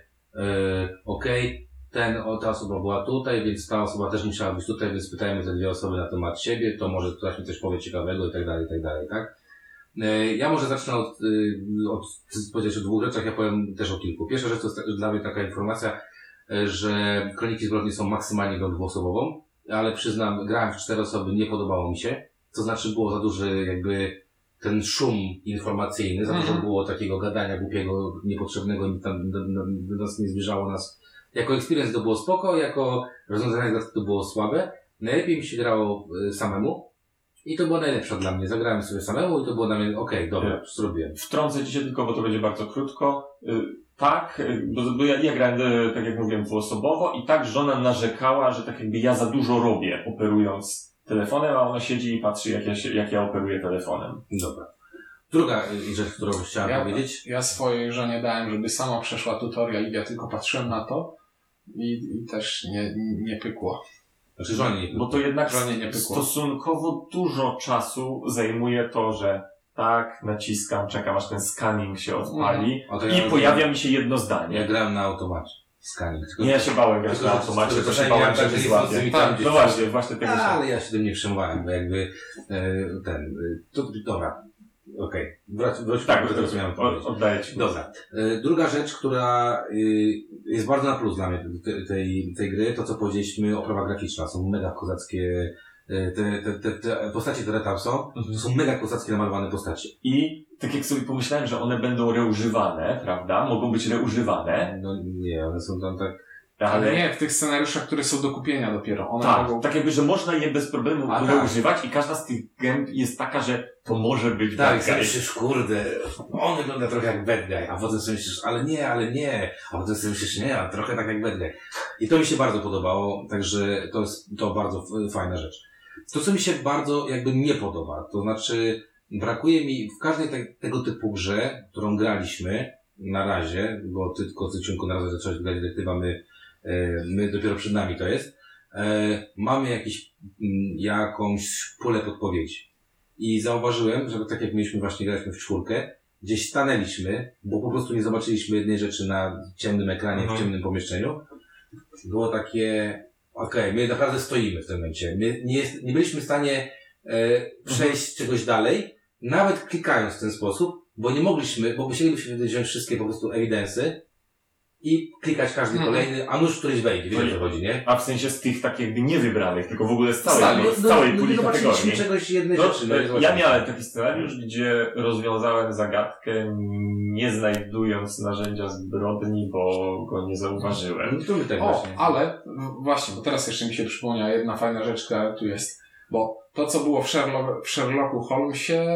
ta osoba była tutaj, więc ta osoba też nie musiała być tutaj, więc pytajmy te 2 osoby na temat siebie, to może ktoś mi coś powie ciekawego i tak dalej, tak? Ja może zacznę powiedzieć o 2 rzeczach, ja powiem też o kilku. Pierwsza rzecz to jest dla mnie taka informacja, że Kroniki Zbrodni są maksymalnie grą 2-osobową, ale przyznam, grałem w 4 osoby, nie podobało mi się. To znaczy było za duży jakby ten szum informacyjny, za dużo było takiego gadania głupiego, niepotrzebnego, tam do nas nie zbliżało nas Jako experience to było spoko, jako rozwiązanie to było słabe. Najlepiej mi się grało samemu i to była najlepsza dla mnie. Zagrałem sobie samemu i to było dla mnie okej, dobra, zrobiłem. Wtrącę ci się tylko, bo to będzie bardzo krótko. Tak, bo ja grałem, tak jak mówiłem, dwuosobowo i tak żona narzekała, że tak jakby ja za dużo robię, operując telefonem, a ona siedzi i patrzy, jak ja operuję telefonem. Dobra. Druga rzecz, którą chciałem powiedzieć. Ja swojej żonie dałem, żeby sama przeszła tutorial i ja tylko patrzyłem na to i też nie pykło. Znaczy żonie nie pykło. Bo to jednak nie pykło. Stosunkowo dużo czasu zajmuje to, że tak, naciskam, czekam aż ten scanning się odpali i pojawia mi się jedno zdanie. Ja grałem na automacie. Scanning. Nie, ja się bałem grać na automacie, to się bałem, że złapię. No właśnie tego się... Ale ja się tym nie przejmowałem, bo jakby dobra. Okej. Wróćmy tak, do tego, co miałem powiedzieć. Oddaję ci. Dobra. Druga rzecz, która jest bardzo na plus dla mnie tej gry, to co powiedzieliśmy, oprawa graficzna. Są mega kozackie te postacie, które tam są, to są mega kozackie namalowane postacie. I tak jak sobie pomyślałem, że one będą reużywane, prawda? Mogą być reużywane. No nie, one są tam tak... Ale nie, w tych scenariuszach, które są do kupienia dopiero. One tak, mogą... tak jakby, że można je bez problemu reużywać i każda z tych gęb jest taka, że to może być tak, bad guy. myślisz, kurde, on wygląda trochę jak bad guy, a potem sobie myślisz, ale nie, a potem sobie myślisz, nie, a trochę tak jak bad guy. I to mi się bardzo podobało, także to bardzo fajna rzecz. To, co mi się bardzo jakby nie podoba, to znaczy brakuje mi w każdej tego typu grze, którą graliśmy na razie, bo ty tylko Cyciunku na razie zacząłeś grać detektywa, my dopiero przed nami to jest, mamy jakąś pulę podpowiedzi. I zauważyłem, że tak jak mieliśmy właśnie graliśmy w 4, gdzieś stanęliśmy, bo po prostu nie zobaczyliśmy jednej rzeczy na ciemnym ekranie, w ciemnym pomieszczeniu. Było takie, my naprawdę stoimy w tym momencie. My nie byliśmy w stanie przejść czegoś dalej, nawet klikając w ten sposób, bo nie mogliśmy, bo musielibyśmy wziąć wszystkie po prostu evidensy i klikać każdy kolejny, a nuż któryś wejdzie, wiesz o co chodzi, nie? A w sensie z tych tak jakby niewybranych, tylko w ogóle z całej puli kategorii. Czegoś jednej rzeczy. Ja miałem taki scenariusz, gdzie rozwiązałem zagadkę, nie znajdując narzędzia zbrodni, bo go nie zauważyłem. Ale właśnie, bo teraz jeszcze mi się przypomniała jedna fajna rzecz, która tu jest. Bo to, co było w Sherlocku Holmesie,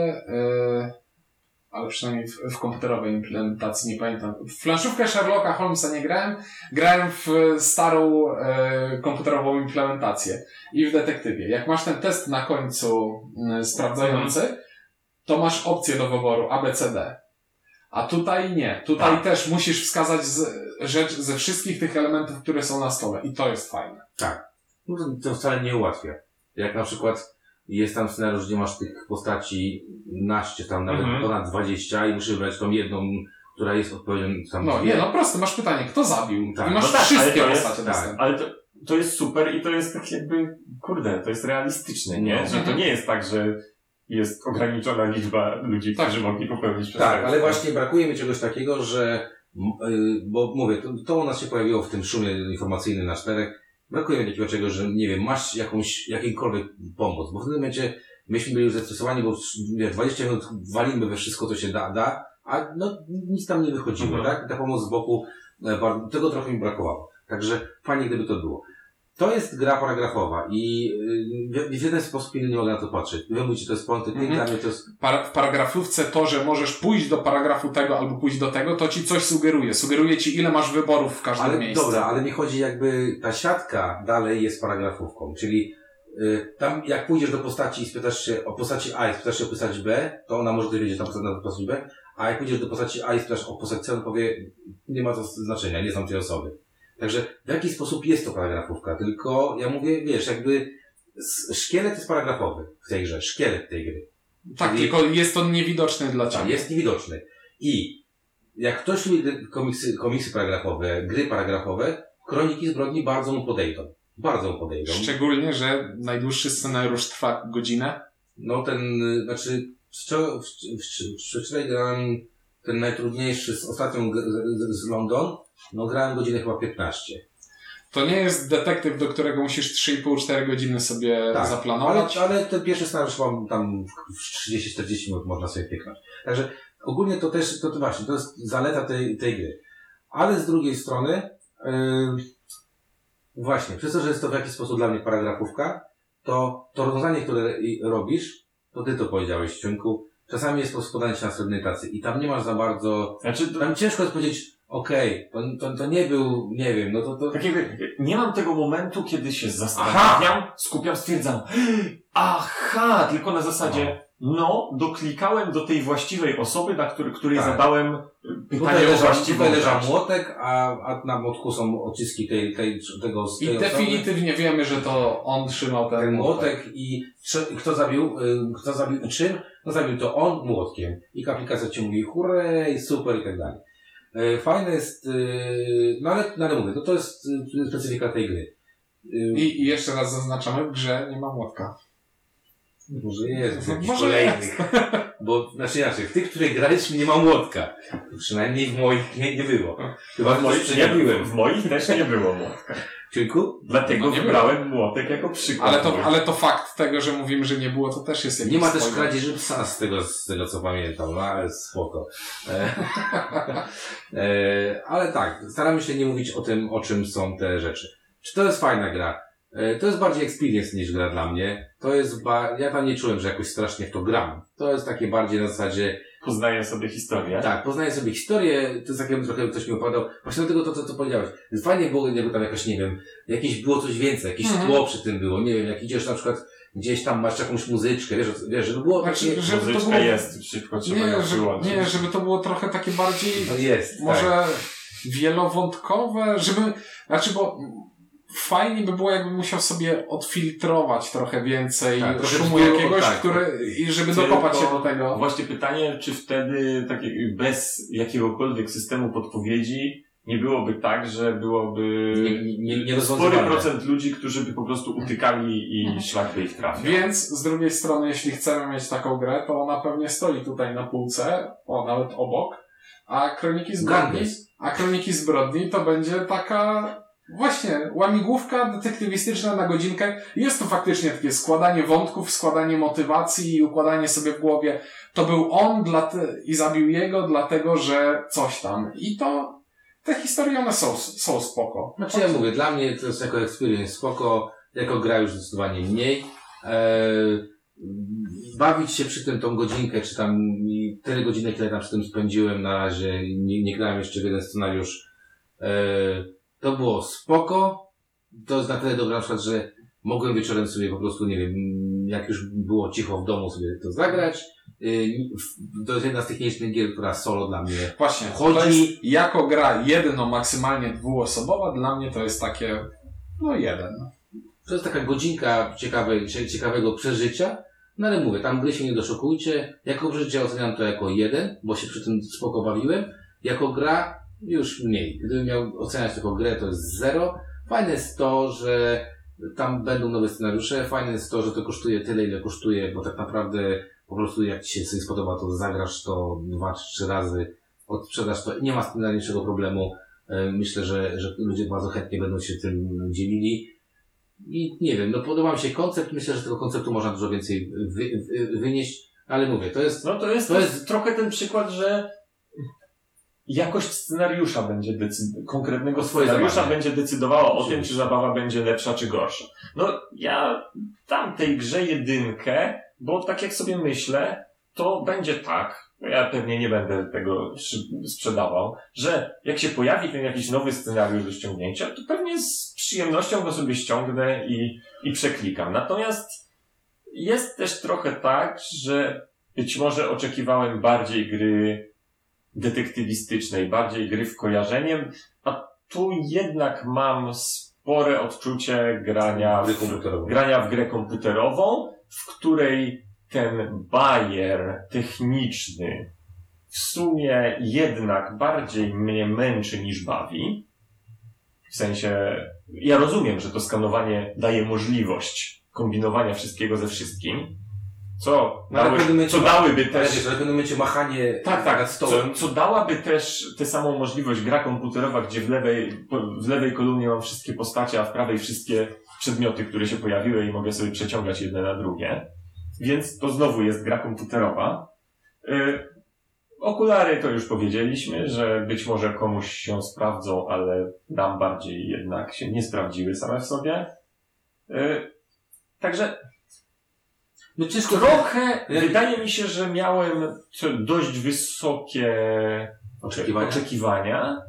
ale przynajmniej w komputerowej implementacji, nie pamiętam. W planszówkę Sherlocka Holmesa nie grałem. Grałem w starą komputerową implementację i w detektywie. Jak masz ten test na końcu sprawdzający, to masz opcję do wyboru A, B, C, D. A tutaj nie. Tutaj też musisz wskazać rzecz ze wszystkich tych elementów, które są na stole. I to jest fajne. Tak. No to wcale nie ułatwia. Jak na przykład jest tam scenariusz, gdzie masz tych postaci naście, tam nawet ponad 20 i musisz wybrać tą jedną, która jest odpowiednią tam. Proste, masz pytanie, kto zabił? Tak. I masz wszystkie postacie dostępne. Ale to jest super i to jest tak jakby, to jest realistyczne, nie? Że to nie jest tak, że jest ograniczona liczba ludzi, którzy mogli popełnić przestępstwo. Tak, ale właśnie brakuje mi czegoś takiego, że, bo mówię, to u nas się pojawiło w tym szumie informacyjnym na 4. Brakuje mi takiego czegoś, że nie wiem, masz jakiejkolwiek pomoc, bo w tym momencie myśmy byli już zestresowani, bo 20 minut walimy we wszystko, co się da, a nic tam nie wychodziło, tak? I ta pomoc z boku, tego trochę mi brakowało. Także fajnie, gdyby to było. To jest gra paragrafowa i w jeden sposób inny nie mogę na to patrzeć. Wy mówicie, to jest point and click, dla mnie to jest... W paragrafówce to, że możesz pójść do paragrafu tego albo pójść do tego, to ci coś sugeruje. Sugeruje ci, ile masz wyborów w każdym miejscu. Dobra, ale mi chodzi jakby, ta siatka dalej jest paragrafówką, czyli tam jak pójdziesz do postaci i spytasz się o postaci A i spytasz się o postaci B, to ona może wiedzieć tam na postać B, a jak pójdziesz do postaci A i spytasz o postać C, on powie, nie ma to znaczenia, nie znam tej osoby. Także w jaki sposób jest to paragrafówka? Tylko ja mówię, wiesz, jakby szkielet jest paragrafowy w tej grze, szkielet tej gry. Tak, czyli tylko jest on niewidoczny dla ciebie. Tak, jest niewidoczny. I jak ktoś lubi komiksy paragrafowe, gry paragrafowe, Kroniki Zbrodni bardzo mu podejdą. Bardzo mu podejdą. Szczególnie, że najdłuższy scenariusz trwa godzinę. No wczoraj grałem ten najtrudniejszy z ostatnią z London, grałem godzinę chyba 15. To nie jest detektyw, do którego musisz 3,5-4 godziny sobie zaplanować. Ale ten pierwszy scenariusz mam tam w 30-40 minut można sobie pieknąć. Także ogólnie to też, to jest zaleta tej gry. Ale z drugiej strony, Właśnie, przez to, że jest to w jakiś sposób dla mnie paragrafówka, to rozwiązanie, które robisz, to ty to powiedziałeś, Ciunku, czasami jest podanie się na srebrnej tacy i tam nie masz za bardzo... Tam ciężko jest powiedzieć, okej, to nie był, nie wiem, no to... Tak jakby, nie mam tego momentu, kiedy się zastanawiam, skupiam, stwierdzam, aha, tylko na zasadzie, doklikałem do tej właściwej osoby, której zadałem pytanie o właściwą Tutaj leżał młotek, a na młotku są odciski tego I definitywnie wiemy, że to on trzymał ten młotek i kto zabił i czym? No zabił to on młotkiem. I aplikacja ci mówi hurray, super i tak dalej. Fajne jest, ale mówię, to jest specyfika tej gry. I jeszcze raz zaznaczamy, w grze nie ma młotka. Może jest w jakichś kolejnych. Bo, inaczej, w tych, których graliśmy nie ma młotka. Przynajmniej w moich nie było. Chyba w moich też nie było młotka. Ciunku? Dlatego wybrałem młotek jako przykład. Ale to fakt tego, że mówimy, że nie było, to też jest jakiś nie ma też kradzieży psa z tego co pamiętam, no ale spoko. Ale tak, staramy się nie mówić o tym, o czym są te rzeczy. Czy to jest fajna gra? To jest bardziej experience niż gra dla mnie. To jest ja tam nie czułem, że jakoś strasznie w to gram. To jest takie bardziej na zasadzie... Poznaję sobie historię. Tak, poznaję sobie historię. To jest takie trochę ktoś mi opowiadał. Właśnie dlatego to, co powiedziałeś. Fajnie było, jakby tam jakoś, nie wiem, jakieś było coś więcej, jakieś tło przy tym było. Nie wiem, jak idziesz na przykład gdzieś tam masz jakąś muzyczkę, wiesz, że to było... Muzyczka to było... jest, szybko trzeba ją wyłączyć. Nie, żeby to było trochę takie bardziej... No jest, może wielowątkowe, bo fajnie by było, jakby musiał sobie odfiltrować trochę więcej szumu jakiegoś, i żeby dokopać się do tego. Właśnie pytanie, czy wtedy bez jakiegokolwiek systemu podpowiedzi nie byłoby tak, że byłoby spory procent ludzi, którzy by po prostu utykali i szlak by ich trafiał. Więc z drugiej strony, jeśli chcemy mieć taką grę, to ona pewnie stoi tutaj na półce, nawet obok, a Kroniki Zbrodni to będzie taka właśnie łamigłówka detektywistyczna na godzinkę. Jest to faktycznie takie składanie wątków, składanie motywacji i układanie sobie w głowie. To był on i zabił jego, dlatego że coś tam. I to te historie, one są spoko. Znaczy ja mówię, dla mnie to jest jako experience spoko, jako gra już zdecydowanie mniej. Bawić się przy tym tą godzinkę, czy tam tyle godzinek, ile tam przy tym spędziłem, na razie nie grałem jeszcze w jeden scenariusz. To było spoko. To jest na tyle dobre, na przykład, że mogłem wieczorem sobie po prostu, nie wiem, jak już było cicho w domu, sobie to zagrać. To jest jedna z tych nielicznych gier, która solo dla mnie właśnie chodzi. To jest jako gra maksymalnie dwuosobowa, dla mnie to jest takie, jeden. To jest taka godzinka ciekawego przeżycia. No ale mówię, tam gry się nie doszukujcie. Jako przeżycie oceniam to jako 1, bo się przy tym spoko bawiłem. Jako gra już mniej. Gdybym miał oceniać jako grę, to jest 0. Fajne jest to, że tam będą nowe scenariusze. Fajne jest to, że to kosztuje tyle, ile kosztuje, bo tak naprawdę po prostu jak ci się coś spodoba, to zagrasz to 2 czy 3 razy, odsprzedasz to i nie ma z tym najmniejszego problemu. Myślę, że ludzie bardzo chętnie będą się tym dzielili. I nie wiem, podoba mi się koncept. Myślę, że z tego konceptu można dużo więcej wynieść, ale mówię, to jest... To jest trochę ten przykład, że jakość scenariusza będzie konkretnego scenariusza będzie decydowała o tym, czy zabawa będzie lepsza, czy gorsza. Ja dam tej grze 1, bo tak jak sobie myślę, to będzie tak, ja pewnie nie będę tego sprzedawał, że jak się pojawi ten jakiś nowy scenariusz do ściągnięcia, to pewnie z przyjemnością go sobie ściągnę i przeklikam. Natomiast jest też trochę tak, że być może oczekiwałem bardziej gry detektywistycznej, bardziej gry w kojarzeniem, a tu jednak mam spore odczucie grania w grę komputerową, w której ten bajer techniczny w sumie jednak bardziej mnie męczy niż bawi. W sensie, ja rozumiem, że to skanowanie daje możliwość kombinowania wszystkiego ze wszystkim, co dałyby też... Ale w pewnym momencie machanie nad stołem. Co dałaby też tę samą możliwość gra komputerowa, gdzie w lewej kolumnie mam wszystkie postacie, a w prawej wszystkie przedmioty, które się pojawiły i mogę sobie przeciągać jedne na drugie. Więc to znowu jest gra komputerowa. Okulary to już powiedzieliśmy, że być może komuś się sprawdzą, ale nam bardziej jednak się nie sprawdziły same w sobie. Także No ciężko trochę, wydaje mi się, że miałem dość wysokie oczekiwania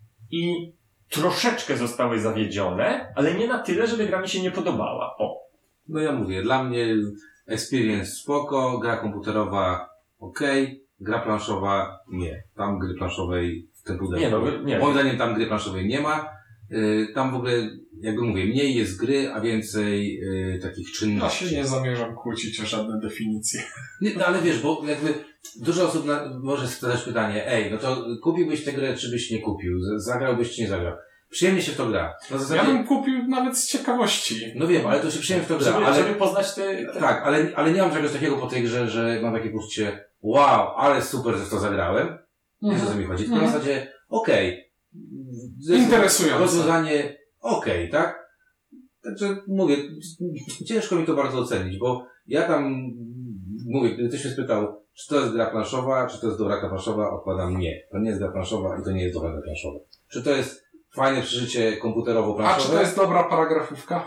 i troszeczkę zostały zawiedzione, ale nie na tyle, żeby gra mi się nie podobała. No ja mówię, dla mnie experience spoko, gra komputerowa okej, gra planszowa nie. Tam gry planszowej w tym pudełku. Nie. Moim zdaniem tam gry planszowej nie ma. Tam w ogóle, jakby mówię, mniej jest gry, a więcej takich czynności. Ja się nie zamierzam kłócić o żadne definicje. Nie, no ale wiesz, bo jakby dużo osób może zadać pytanie, no to kupiłbyś tę grę, czy byś nie kupił? Zagrałbyś, czy nie zagrał? Przyjemnie się w to gra. Na zasadzie... Ja bym kupił nawet z ciekawości. No wiem, ale to się przyjemnie w to gra. Żeby poznać te... Tak, ale nie mam czegoś takiego po tej grze, że mam takie poczucie wow, ale super, że w to zagrałem. Wiesz, o co mi chodzi? Tylko na zasadzie okej. Interesujące. Rozwiązanie okej, tak? Także mówię, ciężko mi to bardzo ocenić, bo ja tam mówię, gdy ktoś mnie spytał, czy to jest gra planszowa, czy to jest dobra gra planszowa, odpowiadam nie. To nie jest gra planszowa i to nie jest dobra gra planszowa. Czy to jest fajne przeżycie komputerowo-planszowe? A czy to jest dobra paragrafówka?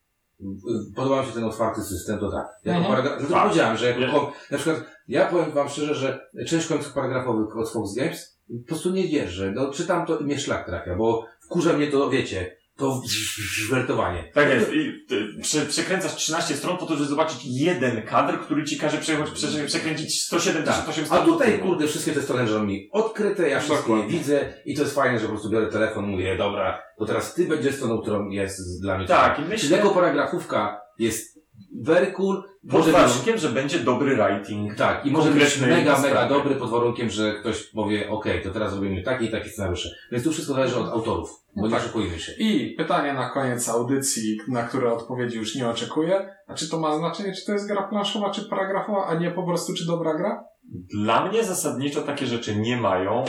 Podoba mi się ten otwarty system, to tak. Tak. Powiedziałem, że na przykład, ja powiem wam szczerze, że część końców paragrafowych od Fox Games po prostu nie wierzę. No, czytam to i mnie szlak trafia, bo wkurza mnie to, wiecie, to wertowanie. Tak jest. I przekręcasz 13 stron po to, żeby zobaczyć jeden kadr, który ci każe przekręcić 178 stron. A tutaj, kurde, wszystkie te strony leżą mi odkryte, ja wszystko je widzę i to jest fajne, że po prostu biorę telefon, mówię, dobra, to teraz ty będziesz stroną, którą jest dla mnie. Tak, i myślę... Jako paragrafówka jest very cool. Pod warunkiem, że będzie dobry writing. Tak, i może być mega dobry pod warunkiem, że ktoś powie, okej, to teraz robimy takie i takie scenariusze. Więc tu wszystko zależy od autorów, bo nie oczekujmy się. I pytanie na koniec audycji, na które odpowiedzi już nie oczekuję. A czy to ma znaczenie, czy to jest gra planszowa, czy paragrafowa, a nie po prostu, czy dobra gra? Dla mnie zasadniczo takie rzeczy nie mają,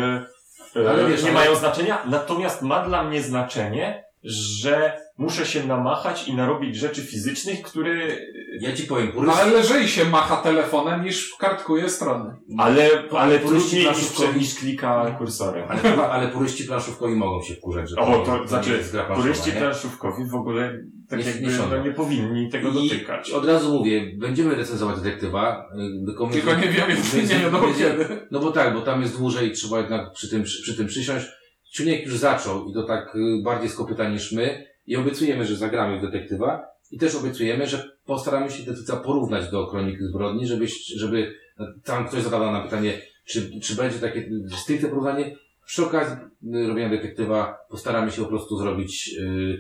ale wiesz, mają znaczenia, natomiast ma dla mnie znaczenie, że muszę się namachać i narobić rzeczy fizycznych, które... Ja ci powiem, ale lżej się macha telefonem niż kartkuje strony. Ale trudniej niż klika kursorem. Ale puryści planszówkowi mogą się wkurzać, że to znaczy, puryści planszówkowi w ogóle tak nie powinni tego dotykać. Od razu mówię, będziemy recenzować detektywa. Tylko nie wiemy, kiedy. No bo tak, bo tam jest dłużej i trzeba jednak przy tym przysiąść. Ciuniek już zaczął i to tak bardziej z kopyta niż my i obiecujemy, że zagramy w detektywa i też obiecujemy, że postaramy się detektywa porównać do Kroniki Zbrodni, żeby tam ktoś zadał nam pytanie, czy będzie takie stricte porównanie. Przy okazji robienia detektywa postaramy się po prostu zrobić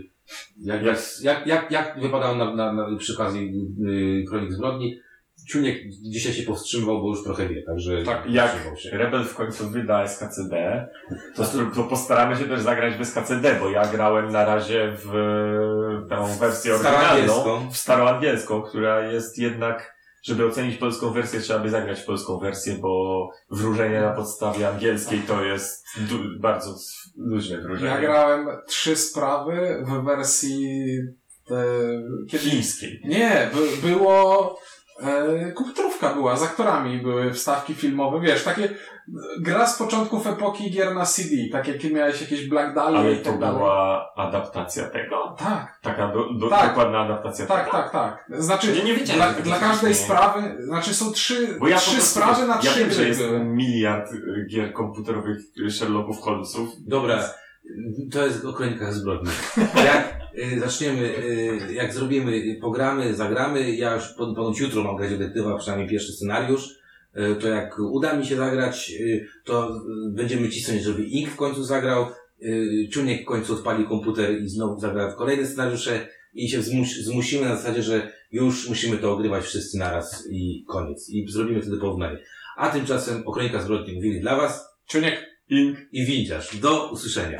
jak wypadało przy okazji Kronik Zbrodni. Ciuniek dzisiaj się powstrzymywał, bo już trochę wie, także... Tak, jak Rebel w końcu wyda SKCD, to postaramy się też zagrać w SKCD, bo ja grałem na razie w tą wersję oryginalną, w staroangielską, która jest jednak, żeby ocenić polską wersję, trzeba by zagrać w polską wersję, bo wróżenie na podstawie angielskiej to jest bardzo luźne wróżenie. Ja grałem 3 sprawy w wersji chińskiej. Nie, było... komputerówka była, z aktorami były wstawki filmowe, wiesz, takie gra z początków epoki gier na CD, tak jak miałeś jakieś Black Dahlia ale i tak dalej. Ale to była adaptacja tego? Tak. Taka dokładna adaptacja tego? Tak. Znaczy, ja nie wiedziałem, dla każdej sprawy, znaczy są trzy sprawy na 3 gry. Ja wiem, że jest miliard gier komputerowych Sherlocków Holmesów. Dobra, to jest o Kronikach Zbrodni. Zaczniemy, jak zrobimy, pogramy, zagramy, ja już ponoć jutro mam grać detektywa, przynajmniej pierwszy scenariusz, to jak uda mi się zagrać, to będziemy cisnąć, żeby Ink w końcu zagrał, Ciuniek w końcu odpali komputer i znowu zagra w kolejne scenariusze i się zmusimy na zasadzie, że już musimy to ogrywać wszyscy naraz i koniec. I zrobimy wtedy porównanie. A tymczasem o Kronikach Zbrodni mówili dla Was Ciuniek, Ink i Windziarz. Do usłyszenia.